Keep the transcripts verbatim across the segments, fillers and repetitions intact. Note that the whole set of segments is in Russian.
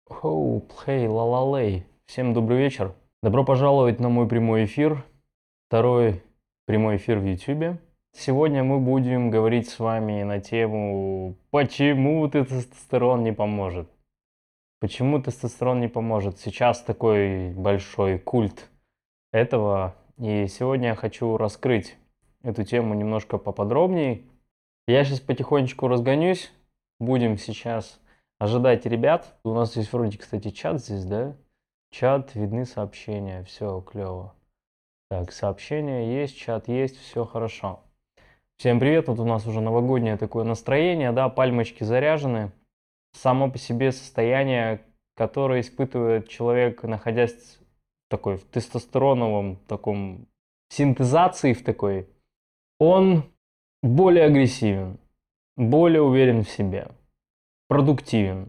Хоу, хей, ла-ла-лей. Всем добрый вечер. Добро пожаловать на мой прямой эфир. Второй прямой эфир в YouTube. Сегодня мы будем говорить с вами на тему «Почему тестостерон не поможет?». Почему тестостерон не поможет? Сейчас такой большой культ этого. И сегодня я хочу раскрыть эту тему немножко поподробнее. Я сейчас потихонечку разгонюсь. Будем сейчас ожидать ребят. У нас есть вроде, кстати, чат здесь, да? Чат, видны сообщения. Все клево. Так, сообщения есть, чат есть, все хорошо. Всем привет, вот у нас уже новогоднее такое настроение, да, пальмочки заряжены. Само по себе состояние, которое испытывает человек, находясь в такой в тестостероновом таком синтезации в такой, он более агрессивен, более уверен в себе, продуктивен.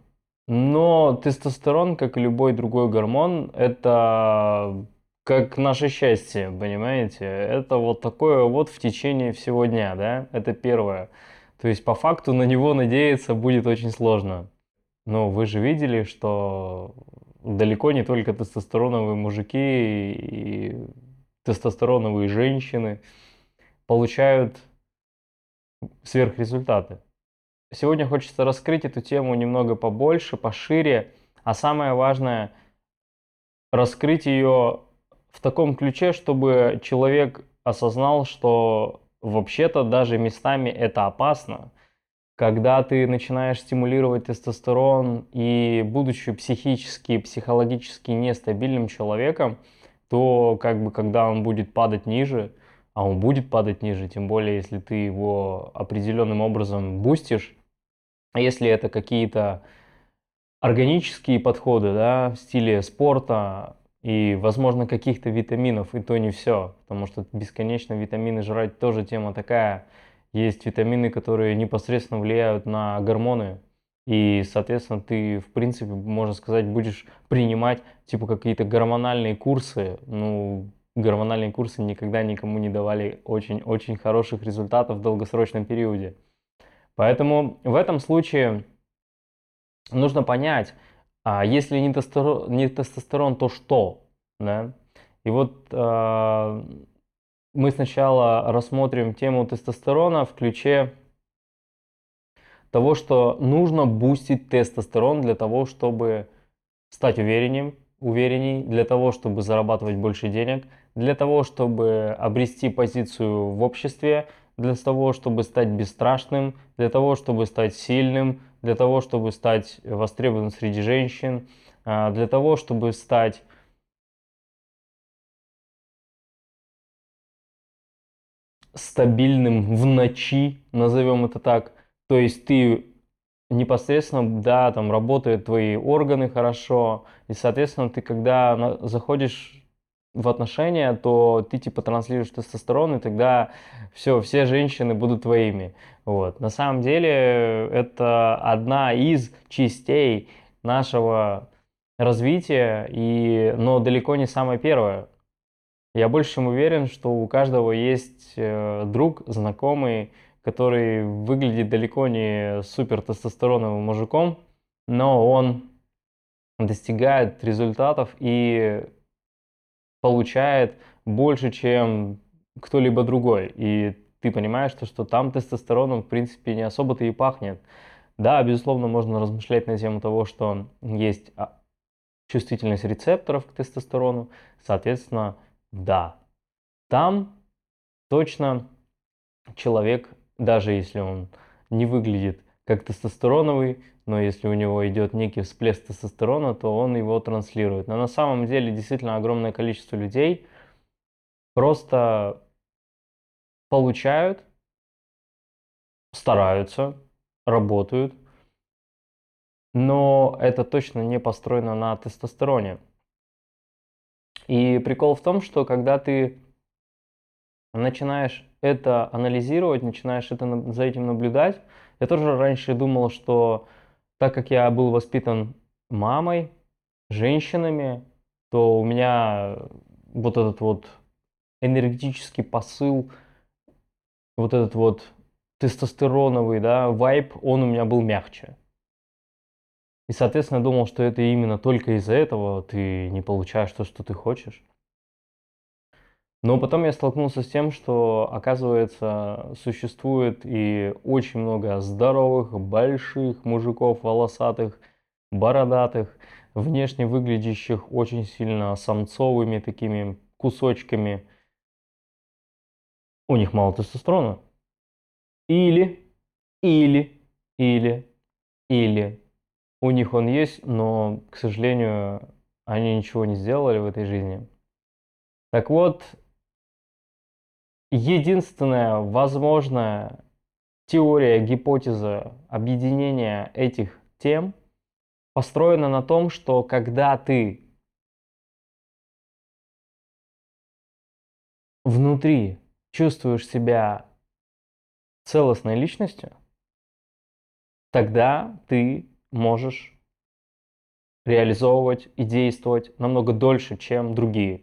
Но тестостерон, как и любой другой гормон, это как наше счастье, понимаете? Это вот такое вот в течение всего дня, да? Это первое. То есть по факту на него надеяться будет очень сложно. Но вы же видели, что далеко не только тестостероновые мужики и тестостероновые женщины получают сверхрезультаты. Сегодня хочется раскрыть эту тему немного побольше, пошире, а самое важное, раскрыть ее в таком ключе, чтобы человек осознал, что вообще-то даже местами это опасно. Когда ты начинаешь стимулировать тестостерон и будучи психически, психологически нестабильным человеком, то как бы когда он будет падать ниже, а он будет падать ниже, тем более если ты его определенным образом бустишь, а если это какие-то органические подходы, да, в стиле спорта и, возможно, каких-то витаминов, и то не все, потому что бесконечно витамины жрать тоже тема такая. Есть витамины, которые непосредственно влияют на гормоны, и, соответственно, ты, в принципе, можно сказать, будешь принимать, типа, какие-то гормональные курсы. Ну, гормональные курсы никогда никому не давали очень-очень хороших результатов в долгосрочном периоде. Поэтому в этом случае нужно понять, а если не тестостерон, не тестостерон, то что? Да? И вот а, мы сначала рассмотрим тему тестостерона в ключе того, что нужно бустить тестостерон для того, чтобы стать увереннее, уверенней, для того, чтобы зарабатывать больше денег, для того, чтобы обрести позицию в обществе, для того, чтобы стать бесстрашным, для того, чтобы стать сильным, для того, чтобы стать востребованным среди женщин, а, для того, чтобы стать стабильным в ночи, назовем это так. То есть ты непосредственно, да, там работают твои органы хорошо, и, соответственно, ты когда на- заходишь в отношения, то ты типа транслируешь тестостерон, и тогда все, все женщины будут твоими. Вот. На самом деле это одна из частей нашего развития, и, но далеко не самая первая. Я больше чем уверен, что у каждого есть э, друг, знакомый, который выглядит далеко не супер тестостероновым мужиком, но он достигает результатов и получает больше, чем кто-либо другой. И ты понимаешь, то, что там тестостероном, в принципе, не особо-то и пахнет. Да, безусловно, можно размышлять на тему того, что есть а, чувствительность рецепторов к тестостерону. Соответственно, да, там точно человек, даже если он не выглядит как тестостероновый, но если у него идет некий всплеск тестостерона, то он его транслирует. Но на самом деле действительно огромное количество людей просто получают, стараются, работают, но это точно не построено на тестостероне. И прикол в том, что когда ты начинаешь это анализировать, начинаешь это, наб- за этим наблюдать, я тоже раньше думал, что так как я был воспитан мамой, женщинами, то у меня вот этот вот энергетический посыл, вот этот вот тестостероновый, да, вайб, он у меня был мягче. И, соответственно, думал, что это именно только из-за этого ты не получаешь то, что ты хочешь. Но потом я столкнулся с тем, что, оказывается, существует и очень много здоровых, больших мужиков, волосатых, бородатых, внешне выглядящих очень сильно самцовыми такими кусочками. У них мало тестостерона. Или, или, или, или у них он есть, но, к сожалению, они ничего не сделали в этой жизни. Так вот, единственная возможная теория, гипотеза объединения этих тем построена на том, что когда ты внутри чувствуешь себя целостной личностью, тогда ты можешь реализовывать и действовать намного дольше, чем другие.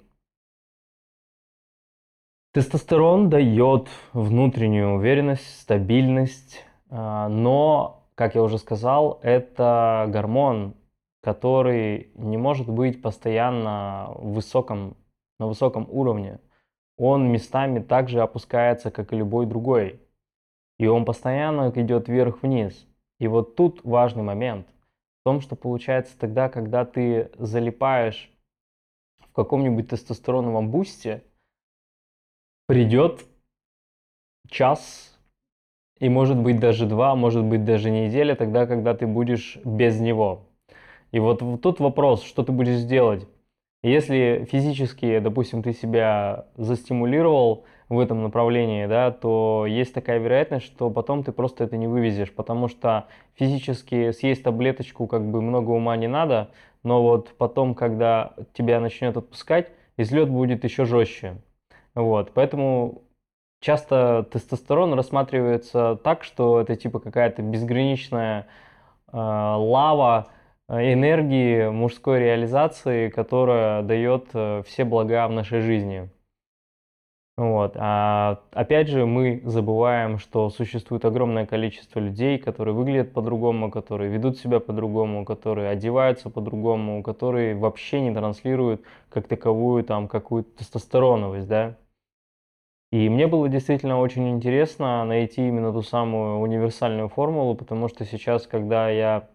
Тестостерон дает внутреннюю уверенность, стабильность, а, но, как я уже сказал, это гормон, который не может быть постоянно в высоком, на высоком уровне. Он местами также опускается, как и любой другой. И он постоянно идет вверх-вниз. И вот тут важный момент в том, что получается тогда, когда ты залипаешь в каком-нибудь тестостероновом бусте, придет час, и может быть даже два, может быть даже неделя, тогда, когда ты будешь без него. И вот в- тут вопрос, что ты будешь делать. Если физически, допустим, ты себя застимулировал в этом направлении, да, то есть такая вероятность, что потом ты просто это не вывезешь, потому что физически съесть таблеточку как бы много ума не надо, но вот потом, когда тебя начнет отпускать, излет будет еще жестче. Вот, поэтому часто тестостерон рассматривается так, что это типа какая-то безграничная э, лава э, энергии мужской реализации, которая дает э, все блага в нашей жизни. Вот. А опять же, мы забываем, что существует огромное количество людей, которые выглядят по-другому, которые ведут себя по-другому, которые одеваются по-другому, которые вообще не транслируют как таковую там какую-то тестостероновость, да. И мне было действительно очень интересно найти именно ту самую универсальную формулу, потому что сейчас, когда я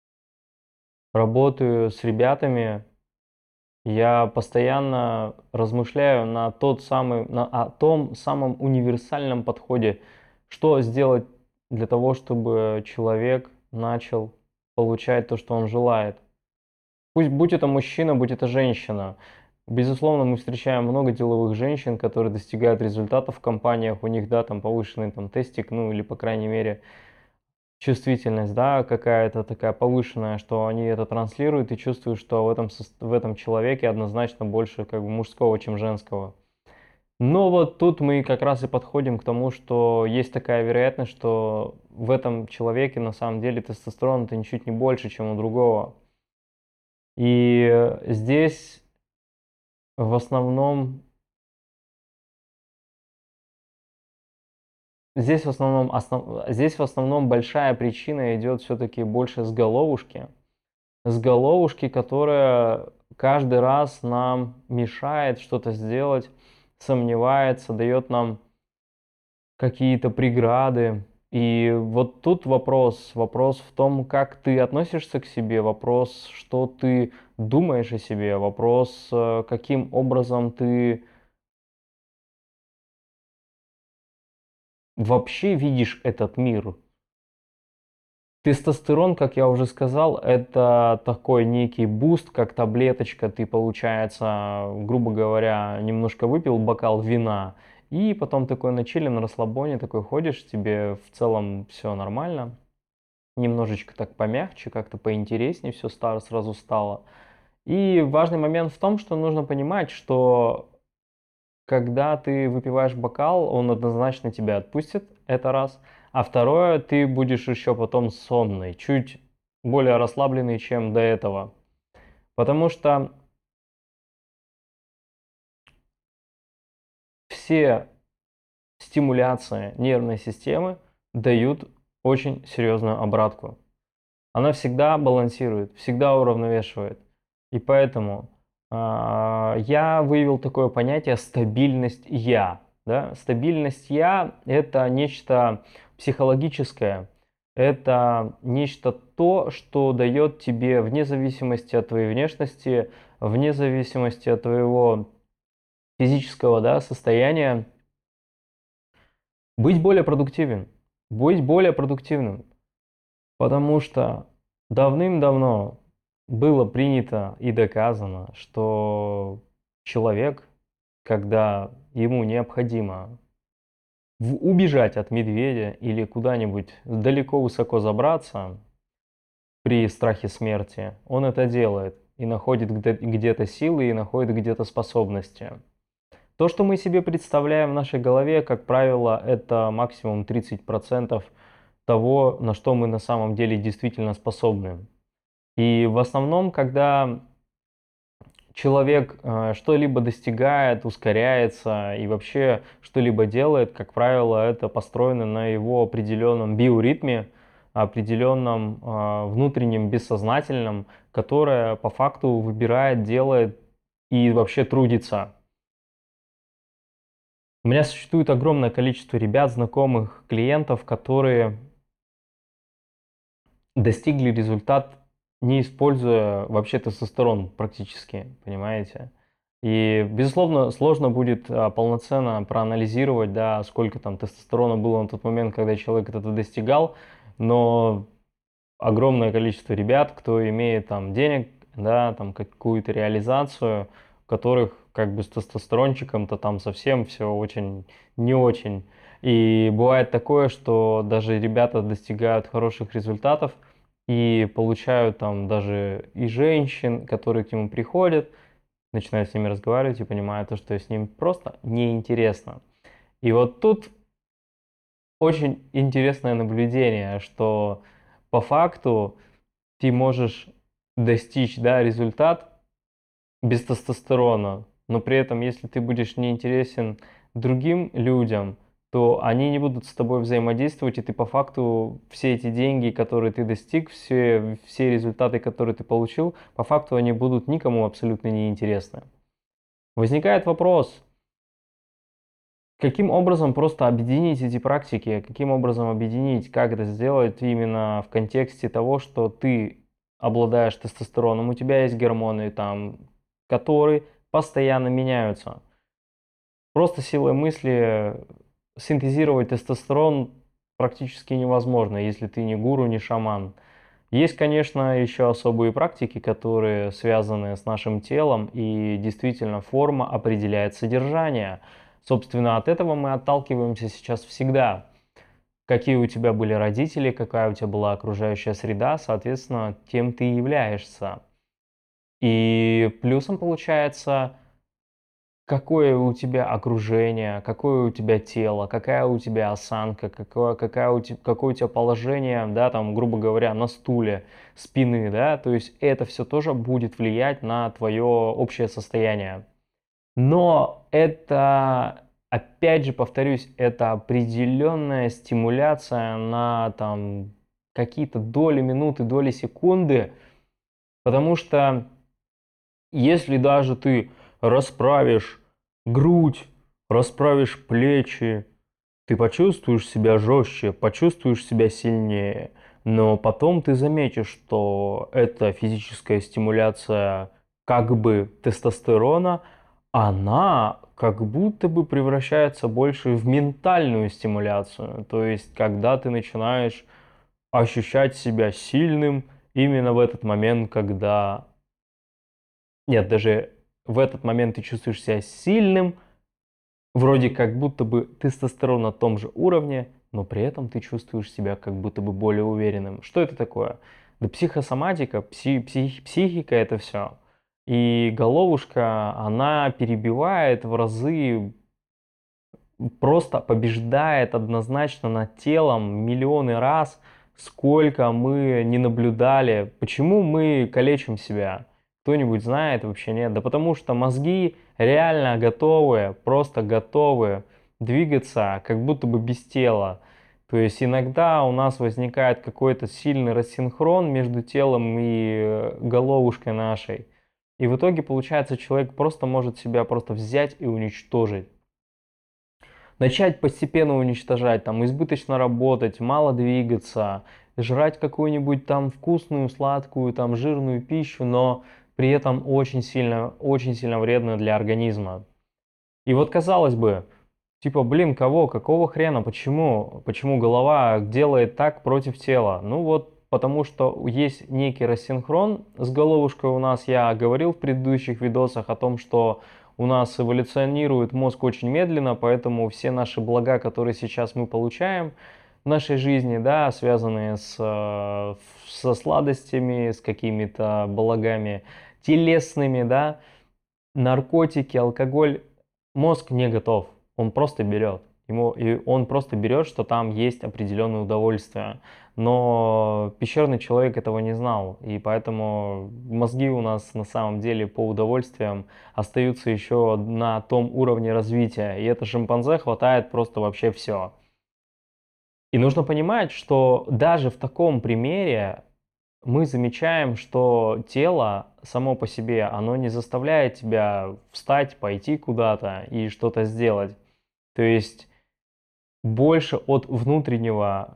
работаю с ребятами, я постоянно размышляю на тот самый, на, о том самом универсальном подходе, что сделать для того, чтобы человек начал получать то, что он желает. Пусть будь это мужчина, будь это женщина. Безусловно, мы встречаем много деловых женщин, которые достигают результатов в компаниях, у них, да, там повышенный там тестик, ну или, по крайней мере, чувствительность, да, какая-то такая повышенная, что они это транслируют и чувствуют, что в этом, сос- в этом человеке однозначно больше как бы мужского, чем женского. Но вот тут мы как раз и подходим к тому, что есть такая вероятность, что в этом человеке на самом деле тестостерон это ничуть не больше, чем у другого. И э, здесь в основном, здесь в основном, основ, здесь в основном большая причина идет все-таки больше с головушки. С головушки, которая каждый раз нам мешает что-то сделать, сомневается, дает нам какие-то преграды. И вот тут вопрос, вопрос в том, как ты относишься к себе, вопрос, что ты думаешь о себе, вопрос, э, каким образом ты вообще видишь этот мир. Тестостерон, как я уже сказал, это такой некий буст, как таблеточка. Ты, получается, грубо говоря, немножко выпил бокал вина, и потом такой на чиле, на расслабоне такой ходишь, тебе в целом все нормально. Немножечко так помягче, как-то поинтереснее все стало, сразу стало. И важный момент в том, что нужно понимать, что когда ты выпиваешь бокал, он однозначно тебя отпустит, это раз. А второе, ты будешь еще потом сонный, чуть более расслабленный, чем до этого. Потому что все стимуляции нервной системы дают очень серьезную обратку. она всегда балансирует, всегда уравновешивает. И поэтому а, я выявил такое понятие стабильность я. Да? Стабильность я– это нечто психологическое, это нечто то, что дает тебе вне зависимости от твоей внешности, вне зависимости от твоего физического, да, состояния, быть более продуктивен, быть более продуктивным. Потому что давным-давно было принято и доказано, что человек, когда ему необходимо в- убежать от медведя или куда-нибудь далеко высоко забраться при страхе смерти, он это делает и находит где- где-то силы и находит где-то способности. То, что мы себе представляем в нашей голове, как правило, это максимум тридцать процентов того, на что мы на самом деле действительно способны. И в основном, когда человек э, что-либо достигает, ускоряется и вообще что-либо делает, как правило, это построено на его определенном биоритме, определенном э, внутреннем бессознательном, которое по факту выбирает, делает и вообще трудится. У меня существует огромное количество ребят, знакомых, клиентов, которые достигли результат, не используя вообще тестостерон практически, понимаете? И, безусловно, сложно будет а, полноценно проанализировать, да, сколько там тестостерона было на тот момент, когда человек это достигал, но огромное количество ребят, кто имеет там денег, да, там какую-то реализацию, у которых как бы с тестостерончиком-то там совсем все очень не очень. И бывает такое, что даже ребята достигают хороших результатов и получают там даже и женщин, которые к нему приходят, начинают с ними разговаривать и понимают то, что с ним просто неинтересно. И вот тут очень интересное наблюдение, что по факту ты можешь достичь, да, результат без тестостерона, но при этом, если ты будешь неинтересен другим людям, то они не будут с тобой взаимодействовать, и ты по факту все эти деньги, которые ты достиг, все, все результаты, которые ты получил, по факту они будут никому абсолютно неинтересны. Возникает вопрос, каким образом просто объединить эти практики, каким образом объединить, как это сделать именно в контексте того, что ты обладаешь тестостероном, у тебя есть гормоны там, которые постоянно меняются. Просто силой мысли синтезировать тестостерон практически невозможно, если ты не гуру, не шаман. Есть, конечно, еще особые практики, которые связаны с нашим телом, и действительно форма определяет содержание. Собственно, от этого мы отталкиваемся сейчас всегда. Какие у тебя были родители, какая у тебя была окружающая среда, соответственно, тем ты и являешься. И плюсом получается, какое у тебя окружение, какое у тебя тело, какая у тебя осанка, какое, какая у тебя, какое у тебя положение, да, там, грубо говоря, на стуле, спины, да, то есть это все тоже будет влиять на твое общее состояние. Но это, опять же, повторюсь, это определенная стимуляция на там какие-то доли минуты, доли секунды, потому что если даже ты расправишь грудь, расправишь плечи, ты почувствуешь себя жестче, почувствуешь себя сильнее, но потом ты заметишь, что эта физическая стимуляция как бы тестостерона, она как будто бы превращается больше в ментальную стимуляцию. То есть, когда ты начинаешь ощущать себя сильным именно в этот момент, когда нет, даже в этот момент ты чувствуешь себя сильным, вроде как будто бы тестостерон на том же уровне, но при этом ты чувствуешь себя как будто бы более уверенным. Что это такое? Да психосоматика, пси- псих- психика это все. И головушка, она перебивает в разы, просто побеждает однозначно над телом миллионы раз, сколько мы не наблюдали. Почему мы калечим себя? Кто-нибудь знает вообще? Нет. Да потому что мозги реально готовы, просто готовы двигаться, как будто бы без тела. То есть иногда у нас возникает какой-то сильный рассинхрон между телом и э, головушкой нашей. И в итоге, получается, человек просто может себя просто взять и уничтожить. Начать постепенно уничтожать, там, избыточно работать, мало двигаться, жрать какую-нибудь там вкусную, сладкую, там, жирную пищу, но при этом очень сильно, очень сильно вредно для организма. И вот казалось бы, типа, блин, кого, какого хрена, почему, почему голова делает так против тела? Ну вот, потому что есть некий рассинхрон с головушкой у нас. Я говорил в предыдущих видосах о том, что у нас эволюционирует мозг очень медленно, поэтому все наши блага, которые сейчас мы получаем в нашей жизни, да, связанные с, э, со сладостями, с какими-то благами телесными, да, наркотики, алкоголь, мозг не готов, он просто берет. Ему, и он просто берет, что там есть определенное удовольствие. Но пещерный человек этого не знал, и поэтому мозги у нас на самом деле по удовольствиям остаются еще на том уровне развития. И это шимпанзе хватает просто вообще все. И нужно понимать, что даже в таком примере мы замечаем, что тело само по себе, оно не заставляет тебя встать, пойти куда-то и что-то сделать. То есть больше от внутреннего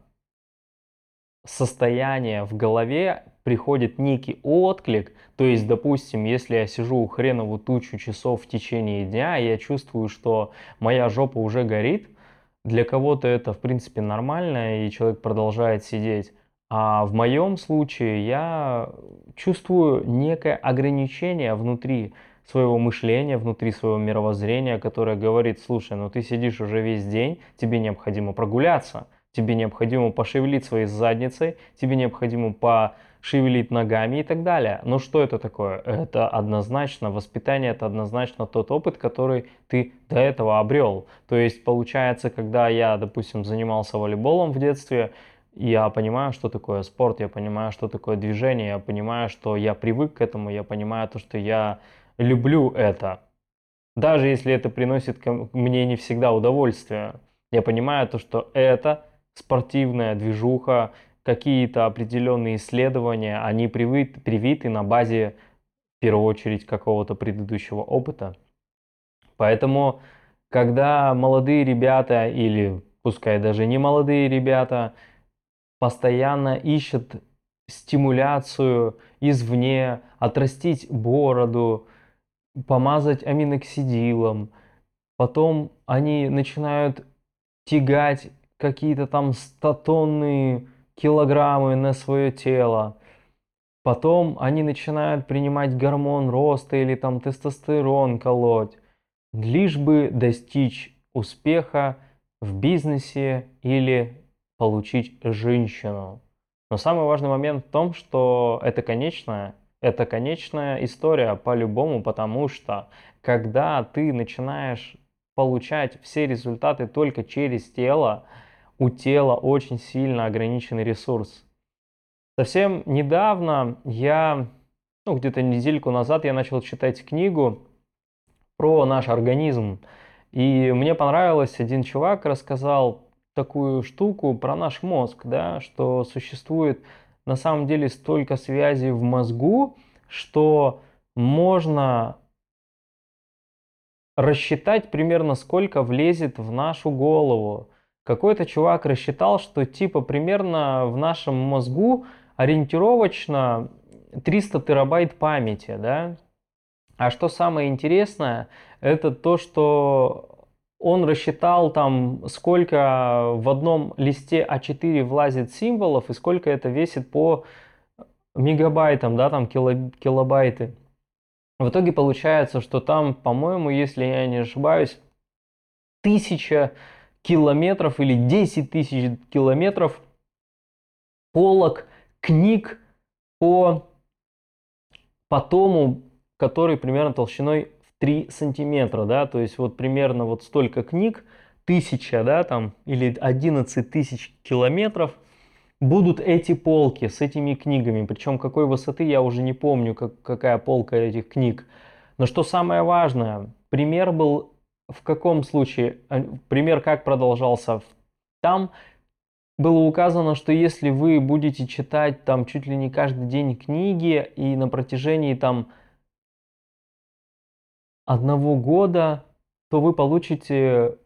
состояния в голове приходит некий отклик. То есть, допустим, если я сижу хреновую тучу часов в течение дня, и я чувствую, что моя жопа уже горит, для кого-то это, в принципе, нормально, и человек продолжает сидеть. А в моем случае я чувствую некое ограничение внутри своего мышления, внутри своего мировоззрения, которое говорит: слушай, ну ты сидишь уже весь день, тебе необходимо прогуляться, тебе необходимо пошевелить своей задницей, тебе необходимо пошевелить ногами и так далее. Но что это такое? Это однозначно воспитание, это однозначно тот опыт, который ты до этого обрел. То есть получается, когда я, допустим, занимался волейболом в детстве, я понимаю, что такое спорт, я понимаю, что такое движение, я понимаю, что я привык к этому, я понимаю то, что я люблю это. Даже если это приносит ко- мне не всегда удовольствие, я понимаю то, что это спортивная движуха, какие-то определенные исследования, они привит- привиты на базе, в первую очередь, какого-то предыдущего опыта. Поэтому, когда молодые ребята или пускай даже не молодые ребята постоянно ищут стимуляцию извне, отрастить бороду, помазать аминоксидилом, потом они начинают тягать какие-то там стотонные килограммы на свое тело. Потом они начинают принимать гормон роста или там тестостерон колоть, лишь бы достичь успеха в бизнесе или получить женщину. Но самый важный момент в том, что это конечная, это конечная история по-любому, потому что когда ты начинаешь получать все результаты только через тело, у тела очень сильно ограниченный ресурс. Совсем недавно я, ну где-то недельку назад я начал читать книгу про наш организм. И мне понравилось, один чувак рассказал такую штуку про наш мозг, да, что существует на самом деле столько связей в мозгу, что можно рассчитать примерно сколько влезет в нашу голову. Какой-то чувак рассчитал, что типа примерно в нашем мозгу ориентировочно триста терабайт памяти, да. А что самое интересное, это то, что он рассчитал там, сколько в одном листе а четыре влазит символов и сколько это весит по мегабайтам, да, там кило, килобайты. В итоге получается, что там, по-моему, если я не ошибаюсь, тысяча километров или десять тысяч километров полок книг по, по тому, который примерно толщиной в три сантиметра, да, то есть вот примерно вот столько книг, тысяча, да, там, или одиннадцать тысяч километров будут эти полки с этими книгами, причем какой высоты я уже не помню, как, какая полка этих книг. Но что самое важное, пример был в каком случае, а, пример как продолжался? Там было указано, что если вы будете читать там чуть ли не каждый день книги и на протяжении там одного года, то вы получите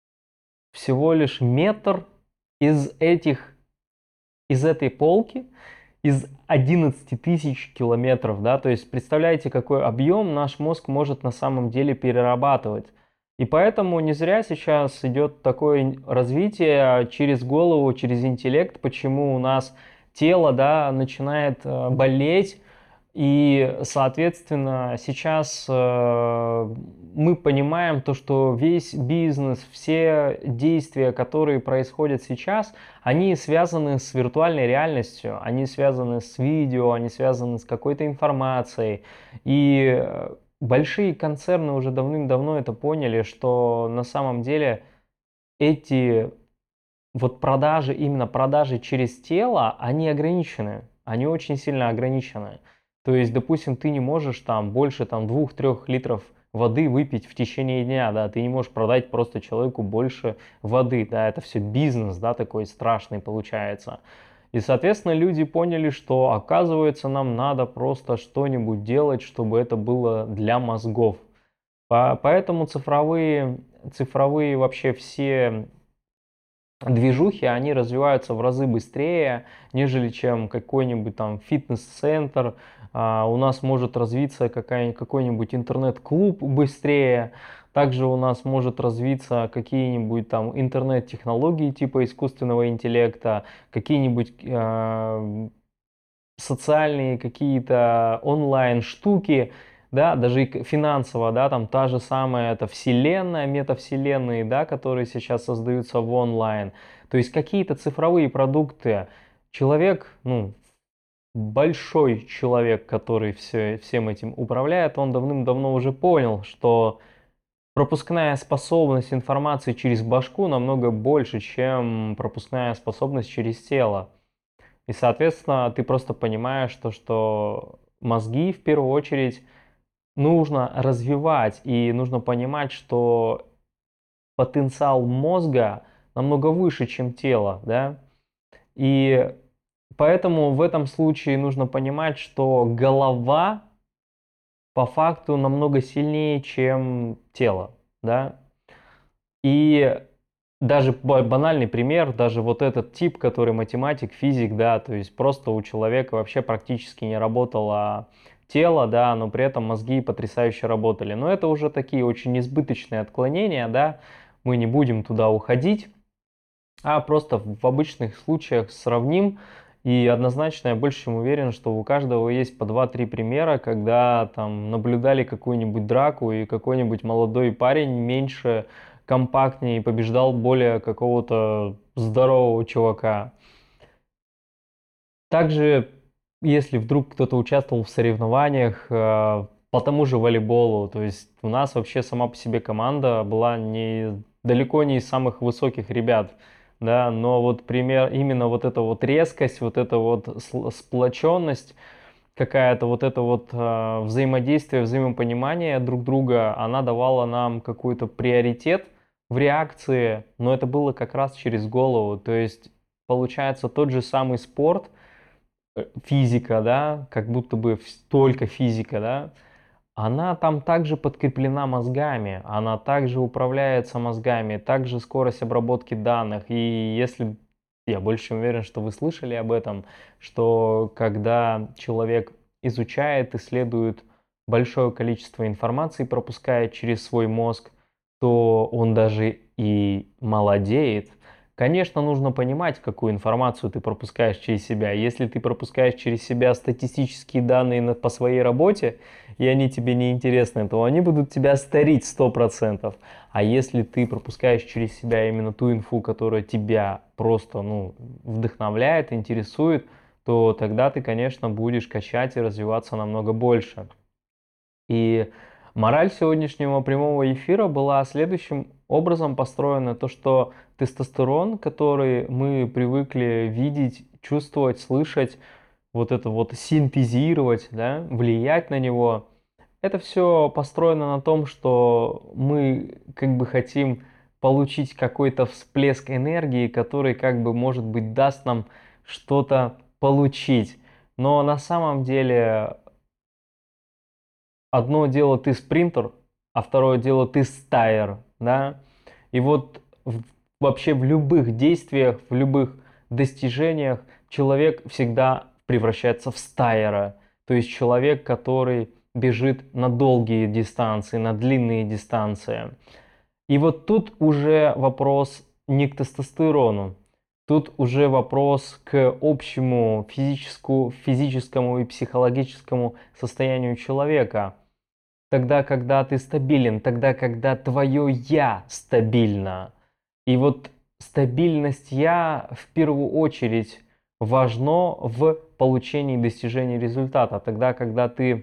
всего лишь метр из этих, из этой полки, из одиннадцати тысяч километров, да, то есть представляете, какой объем наш мозг может на самом деле перерабатывать. И поэтому не зря сейчас идет такое развитие через голову, через интеллект, почему у нас тело, да, начинает э, болеть, и, соответственно, сейчас э, мы понимаем то, что весь бизнес, все действия, которые происходят сейчас, они связаны с виртуальной реальностью, они связаны с видео, они связаны с какой-то информацией. И э, большие концерны уже давным-давно это поняли, что на самом деле эти вот продажи, именно продажи через тело, они ограничены, они очень сильно ограничены. То есть, допустим, ты не можешь там больше там двух-трёх литров воды выпить в течение дня, да, ты не можешь продать просто человеку больше воды, да, это все бизнес, да, такой страшный получается. И, соответственно, люди поняли, что, оказывается, нам надо просто что-нибудь делать, чтобы это было для мозгов. По- Поэтому цифровые, цифровые вообще все движухи, они развиваются в разы быстрее, нежели чем какой-нибудь там фитнес-центр. А, у нас может развиться какая- какой-нибудь интернет-клуб быстрее. Также у нас может развиться какие-нибудь там интернет-технологии типа искусственного интеллекта, какие-нибудь а, социальные какие-то онлайн-штуки, да, даже и финансово, да, там та же самая это вселенная, метавселенные, да, которые сейчас создаются в онлайн. То есть какие-то цифровые продукты. Человек, ну, большой человек, который все, всем этим управляет, он давным-давно уже понял, что пропускная способность информации через башку намного больше, чем пропускная способность через тело. И, соответственно, ты просто понимаешь то, что мозги в первую очередь нужно развивать, и нужно понимать, что потенциал мозга намного выше, чем тело, да. И поэтому в этом случае нужно понимать, что голова по факту намного сильнее, чем тело, да. И даже ба- банальный пример, даже вот этот тип, который математик, физик, да, то есть просто у человека вообще практически не работало тело, да, но при этом мозги потрясающе работали. Но это уже такие очень избыточные отклонения, да, мы не будем туда уходить, а просто в обычных случаях сравним. И однозначно я больше чем уверен, что у каждого есть по два-три примера, когда там наблюдали какую-нибудь драку, и какой-нибудь молодой парень меньше, компактнее побеждал более какого-то здорового чувака. Также, если вдруг кто-то участвовал в соревнованиях э, по тому же волейболу, то есть у нас вообще сама по себе команда была не, далеко не из самых высоких ребят, да, но вот пример, именно вот эта вот резкость, вот эта вот сл- сплоченность, какая-то вот это вот э, взаимодействие, взаимопонимание друг друга, она давала нам какой-то приоритет в реакции, но это было как раз через голову, то есть получается тот же самый спорт, э, физика, да, как будто бы вс- только физика, да, она там также подкреплена мозгами, она также управляется мозгами, также скорость обработки данных. И если, я больше чем уверен, что вы слышали об этом, что когда человек изучает, исследует большое количество информации, пропускает через свой мозг, то он даже и молодеет. Конечно, нужно понимать, какую информацию ты пропускаешь через себя. Если ты пропускаешь через себя статистические данные на- по своей работе, и они тебе не интересны, то они будут тебя старить сто процентов. А если ты пропускаешь через себя именно ту инфу, которая тебя просто, ну, вдохновляет, интересует, то тогда ты, конечно, будешь качать и развиваться намного больше. И мораль сегодняшнего прямого эфира была следующим образом построена: то, что тестостерон, который мы привыкли видеть, чувствовать, слышать, вот это вот синтезировать, да, влиять на него, это все построено на том, что мы как бы хотим получить какой-то всплеск энергии, который как бы, может быть, даст нам что-то получить. Но на самом деле одно дело ты спринтер, а второе дело ты стайер, да? И вот в- вообще в любых действиях, в любых достижениях человек всегда превращается в стайера. То есть человек, который бежит на долгие дистанции, на длинные дистанции. И вот тут уже вопрос не к тестостерону. Тут уже вопрос к общему физическому, физическому и психологическому состоянию человека. Тогда, когда ты стабилен, тогда, когда твое «я» стабильно. И вот стабильность «я» в первую очередь важно в получении и достижении результата. Тогда, когда ты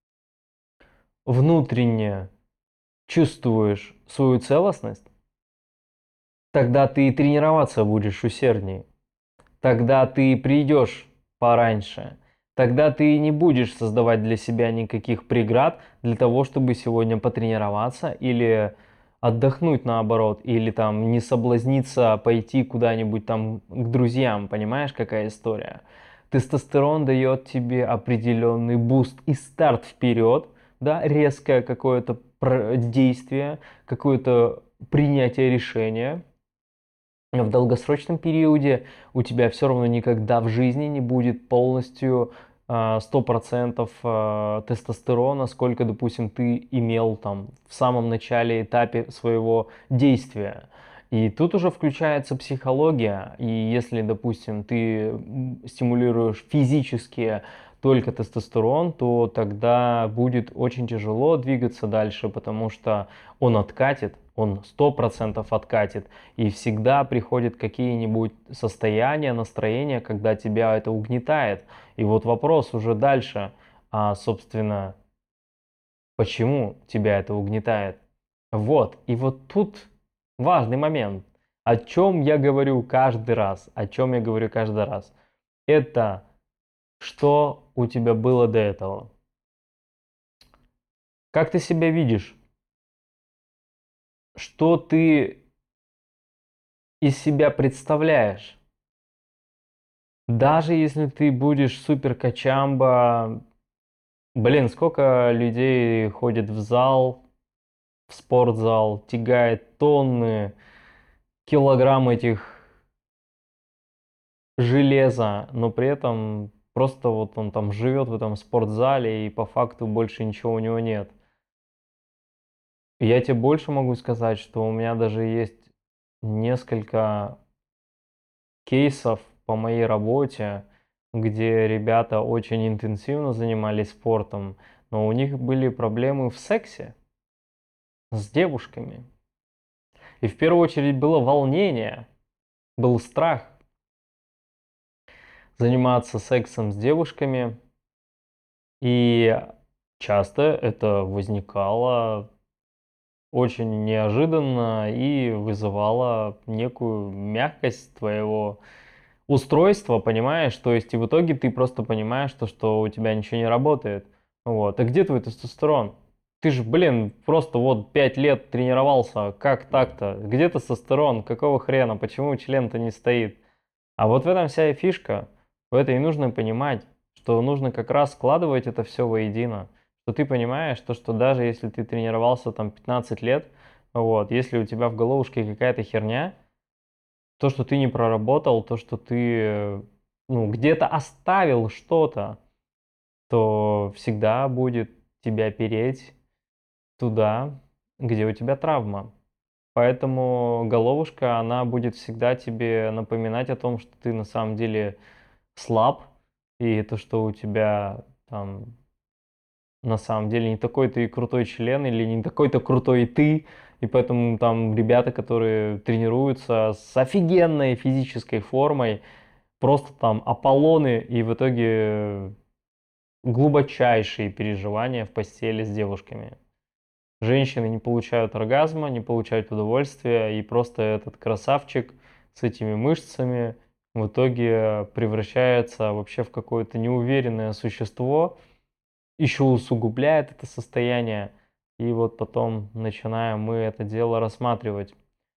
внутренне чувствуешь свою целостность, тогда ты и тренироваться будешь усерднее. Тогда ты придешь пораньше. Тогда ты не будешь создавать для себя никаких преград для того, чтобы сегодня потренироваться или отдохнуть наоборот, или там не соблазниться пойти куда-нибудь там к друзьям, понимаешь, какая история? Тестостерон дает тебе определенный буст и старт вперед, да, резкое какое-то действие, какое-то принятие решения. В долгосрочном периоде у тебя все равно никогда в жизни не будет полностью а, сто процентов а, тестостерона, сколько, допустим, ты имел там в самом начале этапе своего действия. И тут уже включается психология, и если, допустим, ты м, стимулируешь физически только тестостерон, то тогда будет очень тяжело двигаться дальше, потому что он откатит, он сто процентов откатит. И всегда приходят какие-нибудь состояния, настроения, когда тебя это угнетает. И вот вопрос уже дальше, а, собственно, почему тебя это угнетает? Вот, и вот тут важный момент, о чем я говорю каждый раз, о чем я говорю каждый раз. Это что у тебя было до этого? Как ты себя видишь? Что ты из себя представляешь? Даже если ты будешь супер качамба, блин, сколько людей ходит в зал, в спортзал, тягает тонны, килограмм этих железа, но при этом просто вот он там живет в этом спортзале и по факту больше ничего у него нет. И я тебе больше могу сказать, что у меня даже есть несколько кейсов по моей работе, где ребята очень интенсивно занимались спортом, но у них были проблемы в сексе с девушками. И в первую очередь было волнение, был страх заниматься сексом с девушками. И часто это возникало очень неожиданно и вызывало некую мягкость твоего устройства, понимаешь? То есть и в итоге ты просто понимаешь, то, что у тебя ничего не работает. Вот. А где твой тестостерон? Ты же, блин, просто вот пять лет тренировался, как так-то? Где тестостерон? Какого хрена? Почему член-то не стоит? А вот в этом вся и фишка. В это и нужно понимать, что нужно как раз складывать это все воедино. Что ты понимаешь, то, что даже если ты тренировался там пятнадцать лет, вот, если у тебя в головушке какая-то херня, то, что ты не проработал, то, что ты э, ну, где-то оставил что-то, то всегда будет тебя переть туда, где у тебя травма. Поэтому головушка, она будет всегда тебе напоминать о том, что ты на самом деле слаб, и то, что у тебя там на самом деле не такой-то и крутой член, или не такой-то крутой и ты, и поэтому там ребята, которые тренируются с офигенной физической формой, просто там Аполлоны, и в итоге глубочайшие переживания в постели с девушками. Женщины не получают оргазма, не получают удовольствия, и просто этот красавчик с этими мышцами в итоге превращается вообще в какое-то неуверенное существо, еще усугубляет это состояние, и вот потом начинаем мы это дело рассматривать.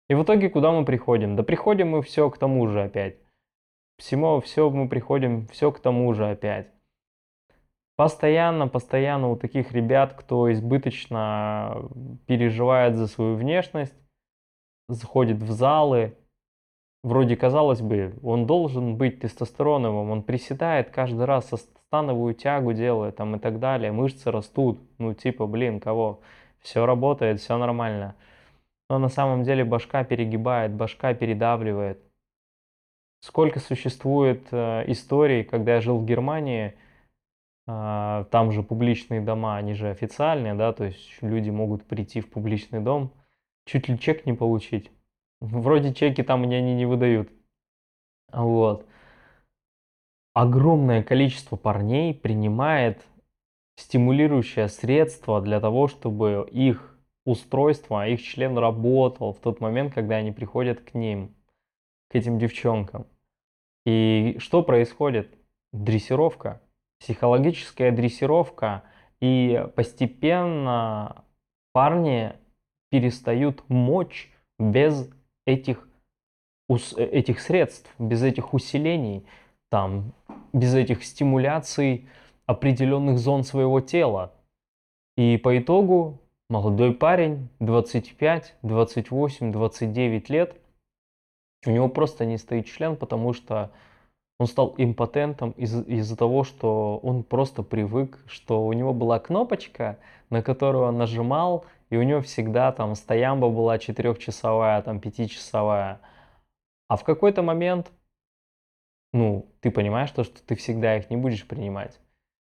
И в итоге куда мы приходим? Да приходим мы все к тому же опять. Всему, все мы приходим, все к тому же опять. Постоянно, постоянно у таких ребят, кто избыточно переживает за свою внешность, заходит в залы, вроде, казалось бы, он должен быть тестостероновым, он приседает каждый раз, со- становую тягу делает там и так далее, мышцы растут, ну типа, блин, кого? Все работает, все нормально. Но на самом деле башка перегибает, башка передавливает. Сколько существует э, историй, когда я жил в Германии, а, там же публичные дома, они же официальные, да, то есть люди могут прийти в публичный дом, чуть ли чек не получить. Вроде чеки там мне они не выдают. Вот. Огромное количество парней принимает стимулирующее средство для того, чтобы их устройство, их член работал в тот момент, когда они приходят к ним, к этим девчонкам. И что происходит? Дрессировка, психологическая дрессировка, и постепенно парни перестают мочь без этих, ус- э, этих средств, без этих усилений, там, без этих стимуляций определенных зон своего тела. И по итогу молодой парень, двадцать пять, двадцать восемь, двадцать девять лет, у него просто не стоит член, потому что он стал импотентом из- из-за того, что он просто привык, что у него была кнопочка, на которую он нажимал, и у него всегда там стоямба была четырехчасовая, там пятичасовая. А в какой-то момент, ну, ты понимаешь то, что ты всегда их не будешь принимать.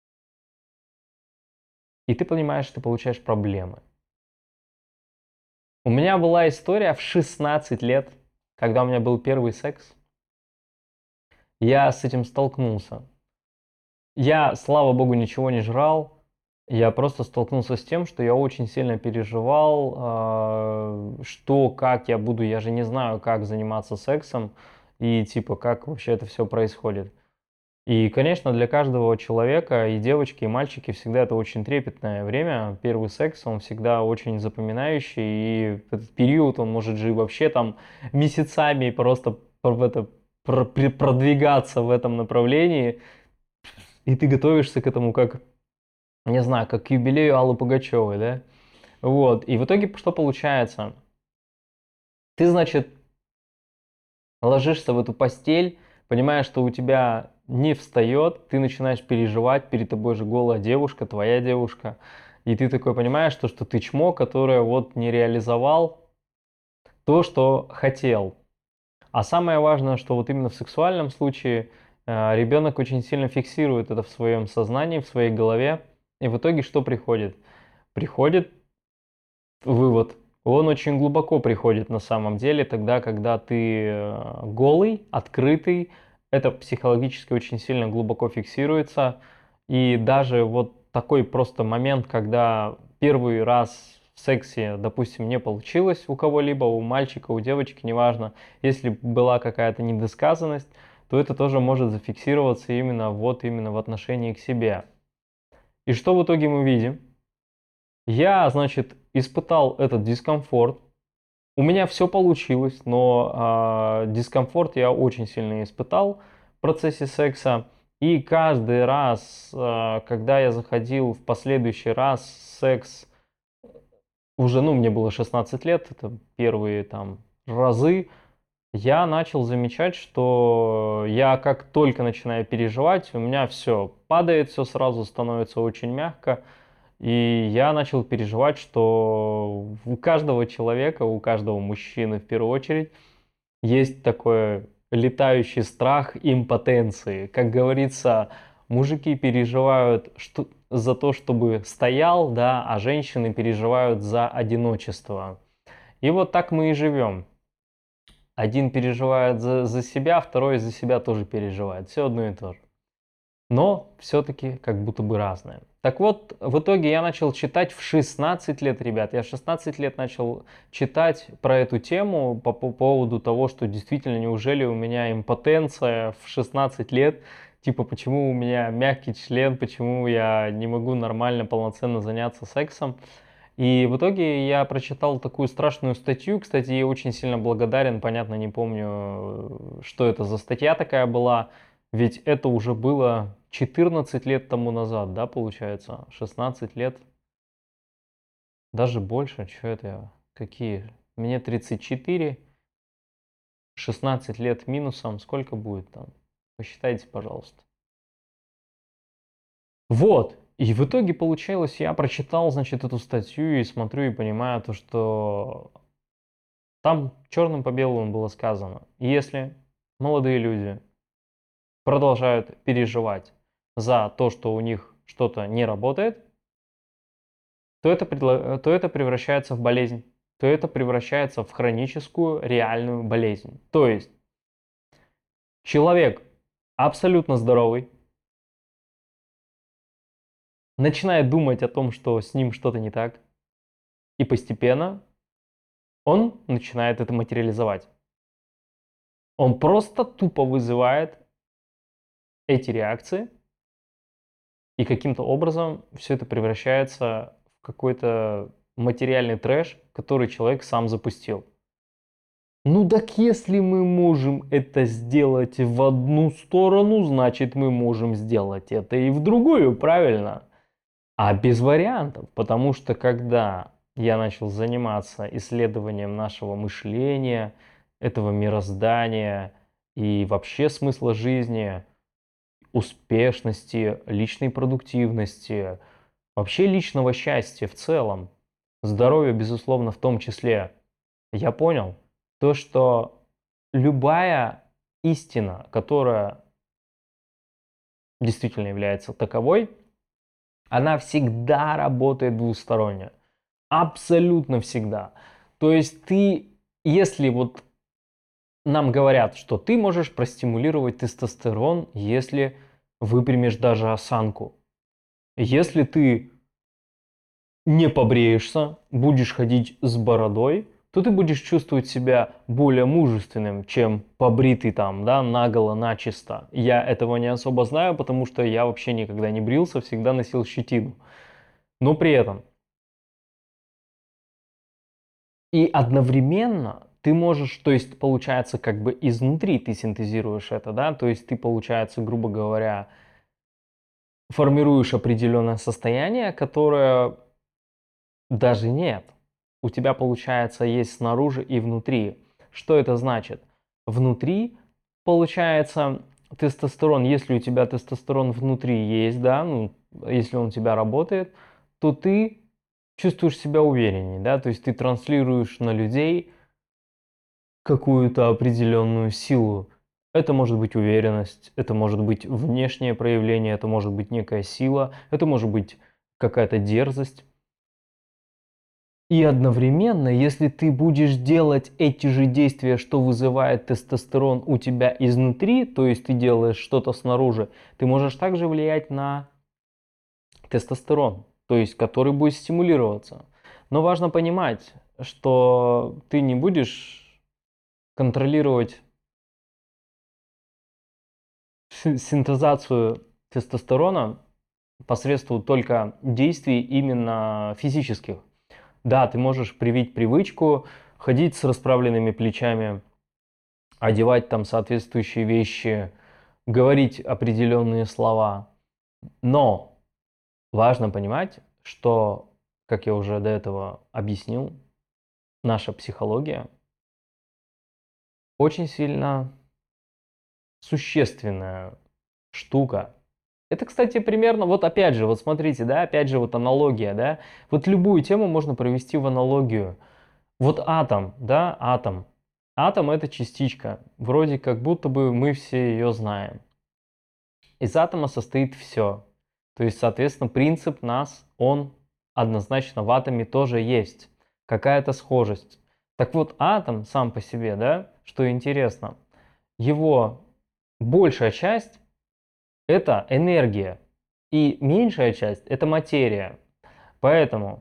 И ты понимаешь, что ты получаешь проблемы. У меня была история в шестнадцать лет, когда у меня был первый секс. Я с этим столкнулся. Я, слава богу, ничего не жрал. Я просто столкнулся с тем, что я очень сильно переживал, а, что, как я буду, я же не знаю, как заниматься сексом и типа как вообще это все происходит. И, конечно, для каждого человека, и девочки, и мальчики, всегда это очень трепетное время. Первый секс, он всегда очень запоминающий, и этот период, он может же и вообще там месяцами просто в это, про- при- продвигаться в этом направлении, и ты готовишься к этому как, не знаю, как к юбилею Аллы Пугачевой, да? Вот, и в итоге что получается? Ты, значит, ложишься в эту постель, понимаешь, что у тебя не встает, ты начинаешь переживать, перед тобой же голая девушка, твоя девушка, и ты такой понимаешь, то, что ты чмо, которое вот не реализовал то, что хотел. А самое важное, что вот именно в сексуальном случае э, ребенок очень сильно фиксирует это в своем сознании, в своей голове, и в итоге что приходит? Приходит вывод. Он очень глубоко приходит на самом деле, тогда, когда ты э, голый, открытый, это психологически очень сильно глубоко фиксируется. И даже вот такой просто момент, когда первый раз в сексе, допустим, не получилось у кого-либо, у мальчика, у девочки, неважно, если была какая-то недосказанность, то это тоже может зафиксироваться именно вот именно в отношении к себе. И что в итоге мы видим? Я, значит, испытал этот дискомфорт. У меня все получилось, но а, дискомфорт я очень сильно испытал в процессе секса. И каждый раз, а, когда я заходил в последующий раз секс, уже, ну, мне было шестнадцать лет, это первые там разы, я начал замечать, что я как только начинаю переживать, у меня все падает, все сразу становится очень мягко. И я начал переживать, что у каждого человека, у каждого мужчины в первую очередь, есть такой летающий страх импотенции. Как говорится, мужики переживают что, за то, чтобы стоял, да, а женщины переживают за одиночество. И вот так мы и живем. Один переживает за, за себя, второй за себя тоже переживает. Все одно и то же, но все-таки как будто бы разное. Так вот, в итоге я начал читать в шестнадцать лет, ребят. Я в шестнадцать лет начал читать про эту тему по, по поводу того, что действительно, неужели у меня импотенция в шестнадцать лет? Типа, почему у меня мягкий член, почему я не могу нормально, полноценно заняться сексом? И в итоге я прочитал такую страшную статью. Кстати, я очень сильно благодарен. Понятно, не помню, что это за статья такая была. Ведь это уже было четырнадцать лет тому назад, да, получается? шестнадцать лет. Даже больше. Что это я? Какие? Мне тридцать четыре. шестнадцать лет минусом. Сколько будет там? Посчитайте, пожалуйста. Вот. И в итоге получилось, я прочитал, значит, эту статью и смотрю и понимаю то, что там черным по белому было сказано, если молодые люди продолжают переживать за то, что у них что-то не работает, то это, предло- то это превращается в болезнь, то это превращается в хроническую реальную болезнь. То есть человек абсолютно здоровый начинает думать о том, что с ним что-то не так, и постепенно он начинает это материализовать. Он просто тупо вызывает эти реакции, и каким-то образом все это превращается в какой-то материальный трэш, который человек сам запустил. Ну так если мы можем это сделать в одну сторону, значит мы можем сделать это и в другую, правильно? А без вариантов, потому что когда я начал заниматься исследованием нашего мышления, этого мироздания и вообще смысла жизни, успешности, личной продуктивности, вообще личного счастья в целом, здоровья, безусловно, в том числе, я понял то, что любая истина, которая действительно является таковой, она всегда работает двусторонне. Абсолютно всегда. То есть ты, если вот нам говорят, что ты можешь простимулировать тестостерон, если выпрямишь даже осанку. Если ты не побреешься, будешь ходить с бородой, то ты будешь чувствовать себя более мужественным, чем побритый там, да, наголо, начисто. Я этого не особо знаю, потому что я вообще никогда не брился, всегда носил щетину. Но при этом и одновременно ты можешь, то есть получается как бы изнутри ты синтезируешь это, да, то есть ты, получается, грубо говоря, формируешь определенное состояние, которое даже нет. У тебя, получается, есть снаружи и внутри. Что это значит? Внутри, получается, тестостерон, если у тебя тестостерон внутри есть, да, ну, если он у тебя работает, то ты чувствуешь себя увереннее, да, то есть ты транслируешь на людей какую-то определенную силу. Это может быть уверенность, это может быть внешнее проявление, это может быть некая сила, это может быть какая-то дерзость. И одновременно, если ты будешь делать эти же действия, что вызывает тестостерон у тебя изнутри, то есть ты делаешь что-то снаружи, ты можешь также влиять на тестостерон, то есть который будет стимулироваться. Но важно понимать, что ты не будешь контролировать синтезацию тестостерона посредством только действий именно физических. Да, ты можешь привить привычку ходить с расправленными плечами, одевать там соответствующие вещи, говорить определенные слова. Но важно понимать, что, как я уже до этого объяснил, наша психология очень сильно существенная штука. Это, кстати, примерно, вот опять же, вот смотрите, да, опять же, вот аналогия, да, вот любую тему можно провести в аналогию. Вот атом, да, атом. Атом это частичка, вроде как будто бы мы все ее знаем. Из атома состоит все. То есть, соответственно, принцип нас, он однозначно в атоме тоже есть. Какая-то схожесть. Так вот, атом сам по себе, да, что интересно, его большая часть это энергия, и меньшая часть это материя. Поэтому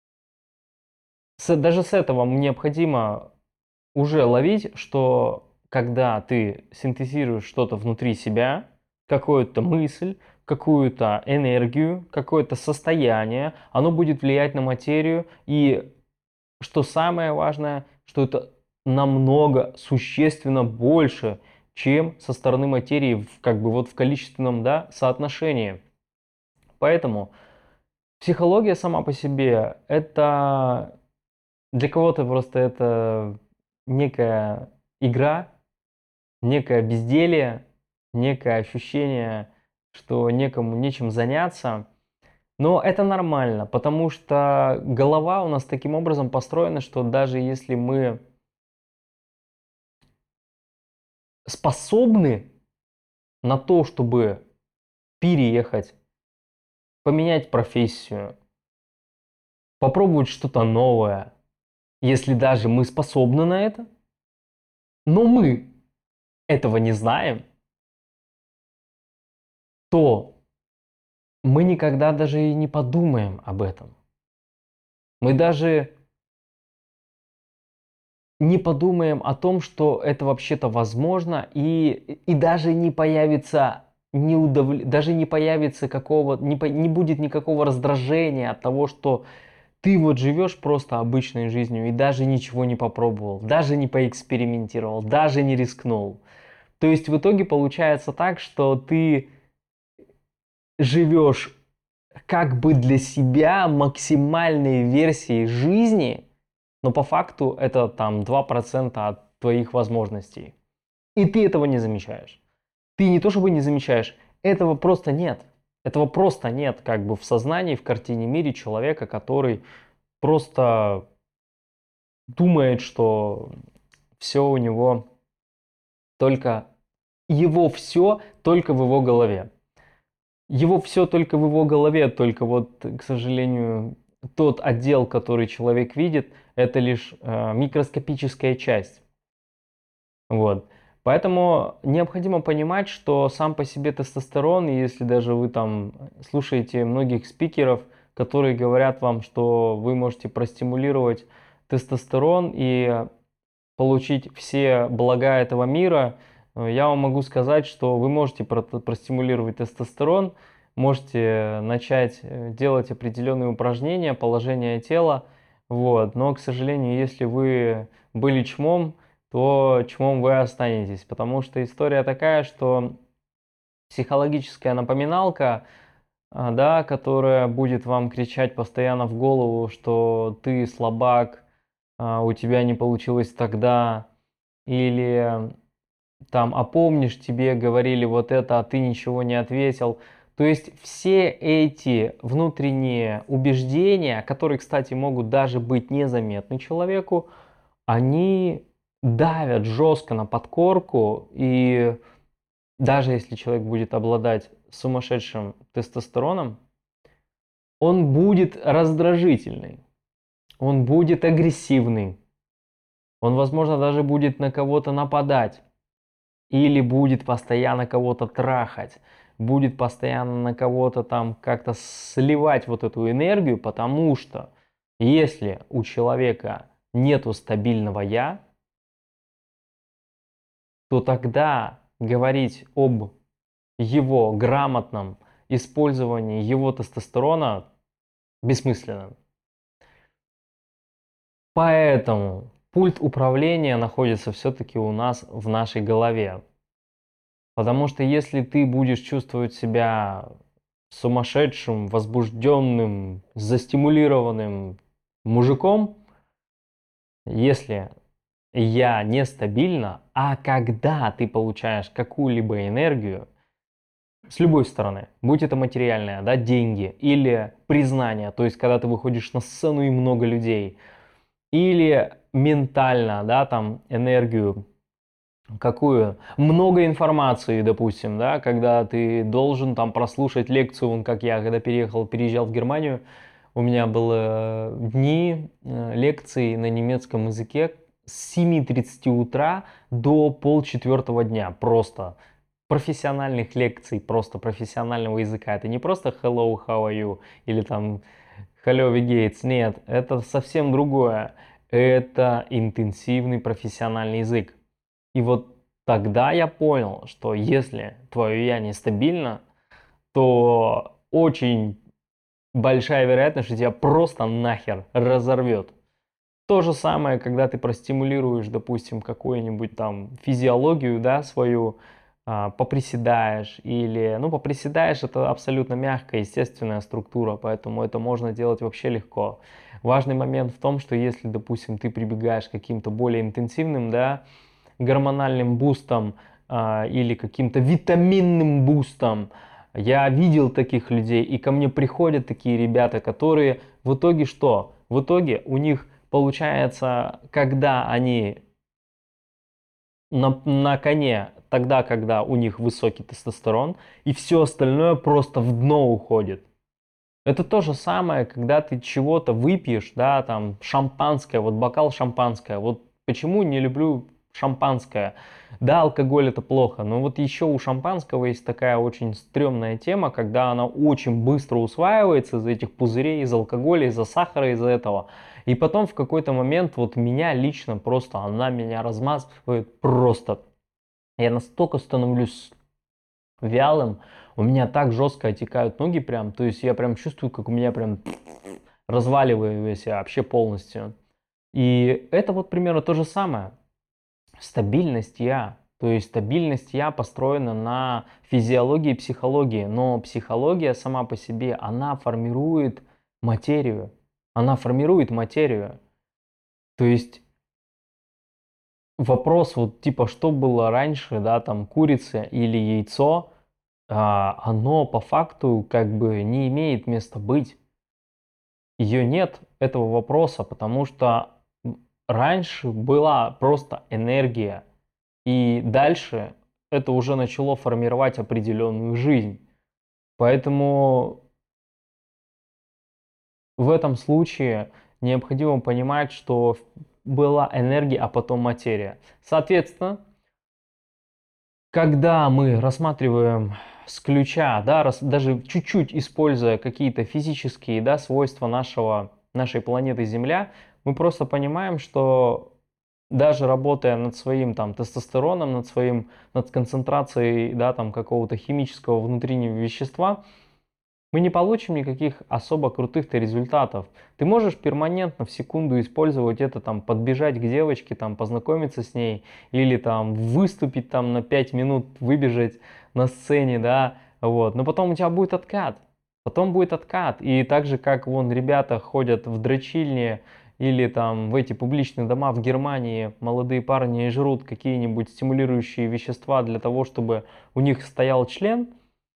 с, даже с этого необходимо уже ловить, что когда ты синтезируешь что-то внутри себя, какую-то мысль, какую-то энергию, какое-то состояние, оно будет влиять на материю, и что самое важное, что это намного существенно больше, чем со стороны материи, в, как бы вот в количественном, да, соотношении. Поэтому психология сама по себе, это для кого-то просто это некая игра, некое безделье, некое ощущение, что некому нечем заняться. Но это нормально, потому что голова у нас таким образом построена, что даже если мы способны на то, чтобы переехать, поменять профессию, попробовать что-то новое, если даже мы способны на это, но мы этого не знаем, то мы никогда даже и не подумаем об этом. Мы даже не подумаем о том, что это вообще-то возможно, и, и даже не появится неудовл... даже не появится какого, не, по... не будет никакого раздражения от того, что ты вот живешь просто обычной жизнью и даже ничего не попробовал, даже не поэкспериментировал, даже не рискнул. То есть в итоге получается так, что ты живешь как бы для себя максимальной версией жизни, но по факту это там два процента от твоих возможностей. И ты этого не замечаешь. Ты не то чтобы не замечаешь, этого просто нет. Этого просто нет как бы в сознании, в картине мире человека, который просто думает, что все у него только, его все только в его голове. Его все только в его голове, только вот, к сожалению, тот отдел, который человек видит, это лишь э, микроскопическая часть. Вот. Поэтому необходимо понимать, что сам по себе тестостерон, если даже вы там слушаете многих спикеров, которые говорят вам, что вы можете простимулировать тестостерон и получить все блага этого мира, э, я вам могу сказать, что вы можете про- простимулировать тестостерон, можете начать э, делать определенные упражнения, положение тела, вот. Но, к сожалению, если вы были чмом, то чмом вы останетесь, потому что история такая, что психологическая напоминалка, а, да, которая будет вам кричать постоянно в голову, что ты слабак, а, у тебя не получилось тогда, или там, а помнишь, тебе говорили вот это, а ты ничего не ответил. То есть все эти внутренние убеждения, которые, кстати, могут даже быть незаметны человеку, они давят жестко на подкорку, и даже если человек будет обладать сумасшедшим тестостероном, он будет раздражительный, он будет агрессивный, он, возможно, даже будет на кого-то нападать. Или будет постоянно кого-то трахать, будет постоянно на кого-то там как-то сливать вот эту энергию, потому что если у человека нету стабильного «я», то тогда говорить об его грамотном использовании его тестостерона бессмысленно. Поэтому пульт управления находится все-таки у нас в нашей голове. Потому что если ты будешь чувствовать себя сумасшедшим, возбужденным, застимулированным мужиком, если я нестабильна, а когда ты получаешь какую-либо энергию с любой стороны, будь это материальная, да, деньги или признание, то есть когда ты выходишь на сцену и много людей, или ментально, да, там энергию какую? Много информации, допустим, да, когда ты должен там прослушать лекцию, вон как я, когда переехал, переезжал в Германию, у меня было дни э, лекций на немецком языке с семи тридцати утра до полчетвертого дня, просто профессиональных лекций, просто профессионального языка. Это не просто hello, how are you, или там hello, wie geht's, нет, это совсем другое. Это интенсивный профессиональный язык. И вот тогда я понял, что если твое я нестабильно, то очень большая вероятность, что тебя просто нахер разорвет. То же самое, когда ты простимулируешь, допустим, какую-нибудь там физиологию, да, свою, а, поприседаешь или, ну, поприседаешь это абсолютно мягкая, естественная структура, поэтому это можно делать вообще легко. Важный момент в том, что если, допустим, ты прибегаешь к каким-то более интенсивным, да, гормональным бустом а, или каким-то витаминным бустом, я видел таких людей, и ко мне приходят такие ребята, которые в итоге что? В итоге у них получается, когда они на, на коне, тогда, когда у них высокий тестостерон, и все остальное просто в дно уходит. Это то же самое, когда ты чего-то выпьешь, да, там, шампанское, вот бокал шампанское. Вот почему не люблю шампанское? Да, алкоголь это плохо, но вот еще у шампанского есть такая очень стрёмная тема, когда она очень быстро усваивается из этих пузырей, из алкоголя, из-за сахара, из-за этого. И потом в какой-то момент вот меня лично просто, она меня размазывает просто. Я настолько становлюсь вялым, у меня так жестко отекают ноги прям, то есть я прям чувствую, как у меня прям разваливаюсь я вообще полностью. И это вот примерно то же самое. Стабильность я. То есть стабильность я построена на физиологии и психологии, но психология сама по себе, она формирует материю. Она формирует материю. То есть вопрос вот типа, что было раньше, да, там курица или яйцо, а, оно по факту как бы не имеет места быть. Ее нет, этого вопроса, потому что раньше была просто энергия, и дальше это уже начало формировать определенную жизнь. Поэтому в этом случае необходимо понимать, что была энергия, а потом материя. Соответственно, когда мы рассматриваем с ключа, да, рас, даже чуть-чуть используя какие-то физические, да, свойства нашего, нашей планеты Земля, мы просто понимаем, что даже работая над своим там тестостероном, над своим, над концентрацией, да, там какого-то химического внутреннего вещества, мы не получим никаких особо крутых-то результатов. Ты можешь перманентно в секунду использовать это, там, подбежать к девочке, там, познакомиться с ней, или там выступить там на пять минут, выбежать на сцене, да, вот. Но потом у тебя будет откат. Потом будет откат. И так же, как вон ребята ходят в дрочильне или там в эти публичные дома в Германии, молодые парни и жрут какие-нибудь стимулирующие вещества для того, чтобы у них стоял член,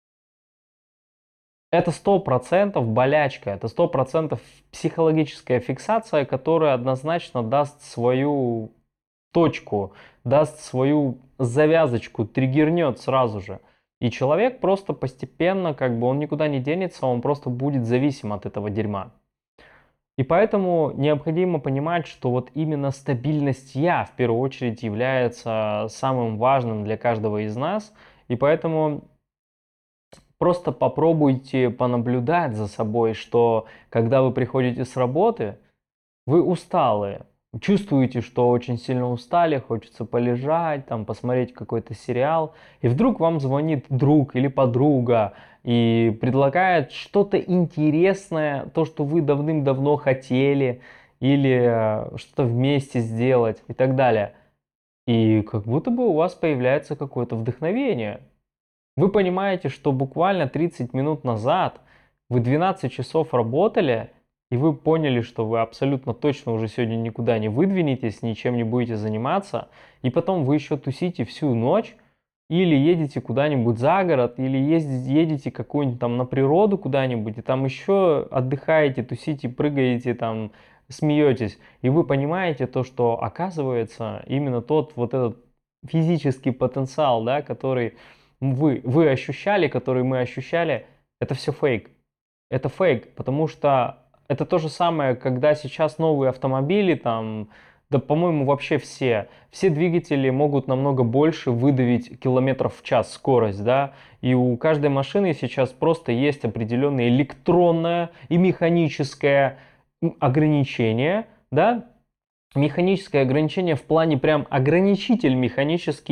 это сто процентов болячка, это сто процентов психологическая фиксация, которая однозначно даст свою точку, даст свою завязочку, триггернет сразу же. И человек просто постепенно, как бы он никуда не денется, он просто будет зависим от этого дерьма. И поэтому необходимо понимать, что вот именно стабильность я в первую очередь является самым важным для каждого из нас. И поэтому просто попробуйте понаблюдать за собой, что когда вы приходите с работы, вы усталые, чувствуете, что очень сильно устали, хочется полежать, там, посмотреть какой-то сериал, и вдруг вам звонит друг или подруга и предлагает что-то интересное, то, что вы давным-давно хотели, или э, что-то вместе сделать и так далее. И как будто бы у вас появляется какое-то вдохновение. Вы понимаете, что буквально тридцать минут назад вы двенадцать часов работали, и вы поняли, что вы абсолютно точно уже сегодня никуда не выдвинетесь, ничем не будете заниматься, и потом вы еще тусите всю ночь, или едете куда-нибудь за город, или ездите, едете какую-нибудь там на природу куда-нибудь, и там еще отдыхаете, тусите, прыгаете, там смеетесь, и вы понимаете то, что оказывается именно тот вот этот физический потенциал, да, который вы, вы ощущали, который мы ощущали, это все фейк. Это фейк, потому что это то же самое, когда сейчас новые автомобили, там, да, по-моему, вообще все, все двигатели могут намного больше выдавить километров в час скорость, да, и у каждой машины сейчас просто есть определенное электронное и механическое ограничение, да, механическое ограничение в плане прям ограничитель механический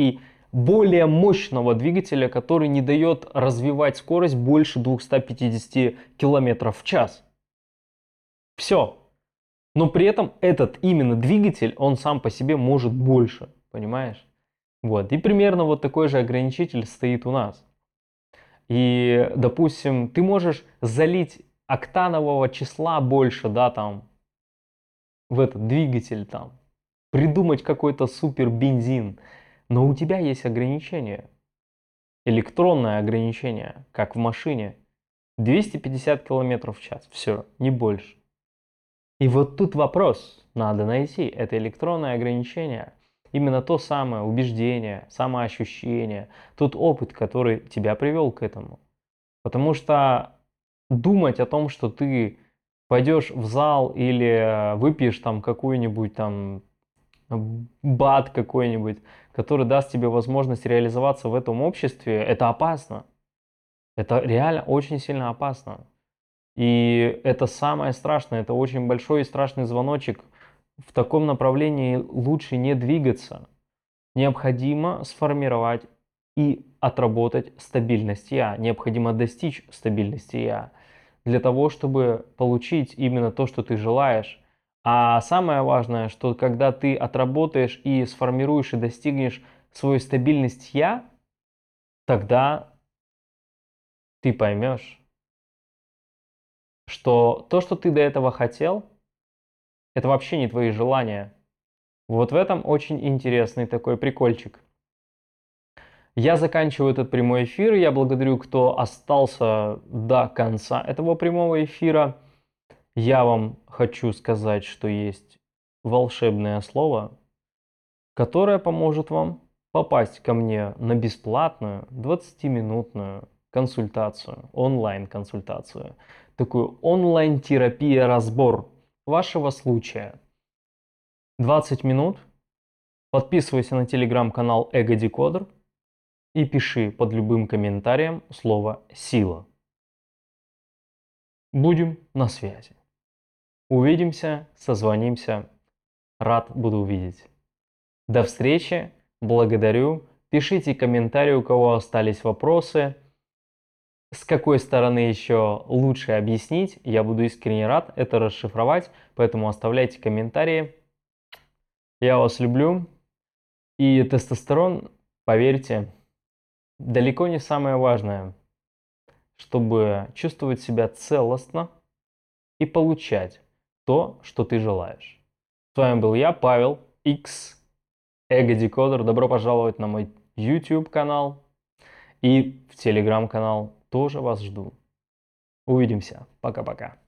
более мощного двигателя, который не дает развивать скорость больше двухсот пятидесяти километров в час. Все. Но при этом этот именно двигатель, он сам по себе может больше, понимаешь? Вот. И примерно вот такой же ограничитель стоит у нас. И, допустим, ты можешь залить октанового числа больше, да, там, в этот двигатель, там, придумать какой-то супер бензин, но у тебя есть ограничение, электронное ограничение, как в машине, двести пятьдесят километров в час, все, не больше. И вот тут вопрос, надо найти это электронное ограничение, именно то самое убеждение, самоощущение, тот опыт, который тебя привел к этому. Потому что думать о том, что ты пойдешь в зал или выпьешь там какую-нибудь там бад какой-нибудь, который даст тебе возможность реализоваться в этом обществе, это опасно. Это реально очень сильно опасно. И это самое страшное, это очень большой и страшный звоночек. В таком направлении лучше не двигаться. Необходимо сформировать и отработать стабильность я. Необходимо достичь стабильности я. Для того, чтобы получить именно то, что ты желаешь. А самое важное, что когда ты отработаешь и сформируешь и достигнешь свою стабильность я, тогда ты поймешь, что то, что ты до этого хотел, это вообще не твои желания. Вот в этом очень интересный такой прикольчик. Я заканчиваю этот прямой эфир. Я благодарю, кто остался до конца этого прямого эфира. Я вам хочу сказать, что есть волшебное слово, которое поможет вам попасть ко мне на бесплатную двадцатиминутную консультацию, онлайн-консультацию, такую онлайн-терапия-разбор вашего случая. двадцать минут. Подписывайся на телеграм-канал Эго Декодер и пиши под любым комментарием слово «сила». Будем на связи. Увидимся, созвонимся. Рад буду увидеть. До встречи. Благодарю. Пишите комментарии, у кого остались вопросы. С какой стороны еще лучше объяснить. Я буду искренне рад это расшифровать. Поэтому оставляйте комментарии. Я вас люблю. И тестостерон, поверьте, далеко не самое важное, чтобы чувствовать себя целостно и получать то, что ты желаешь. С вами был я, Павел X, Эго Декодер. Добро пожаловать на мой YouTube канал и в Telegram канал. Тоже вас жду. Увидимся. Пока-пока.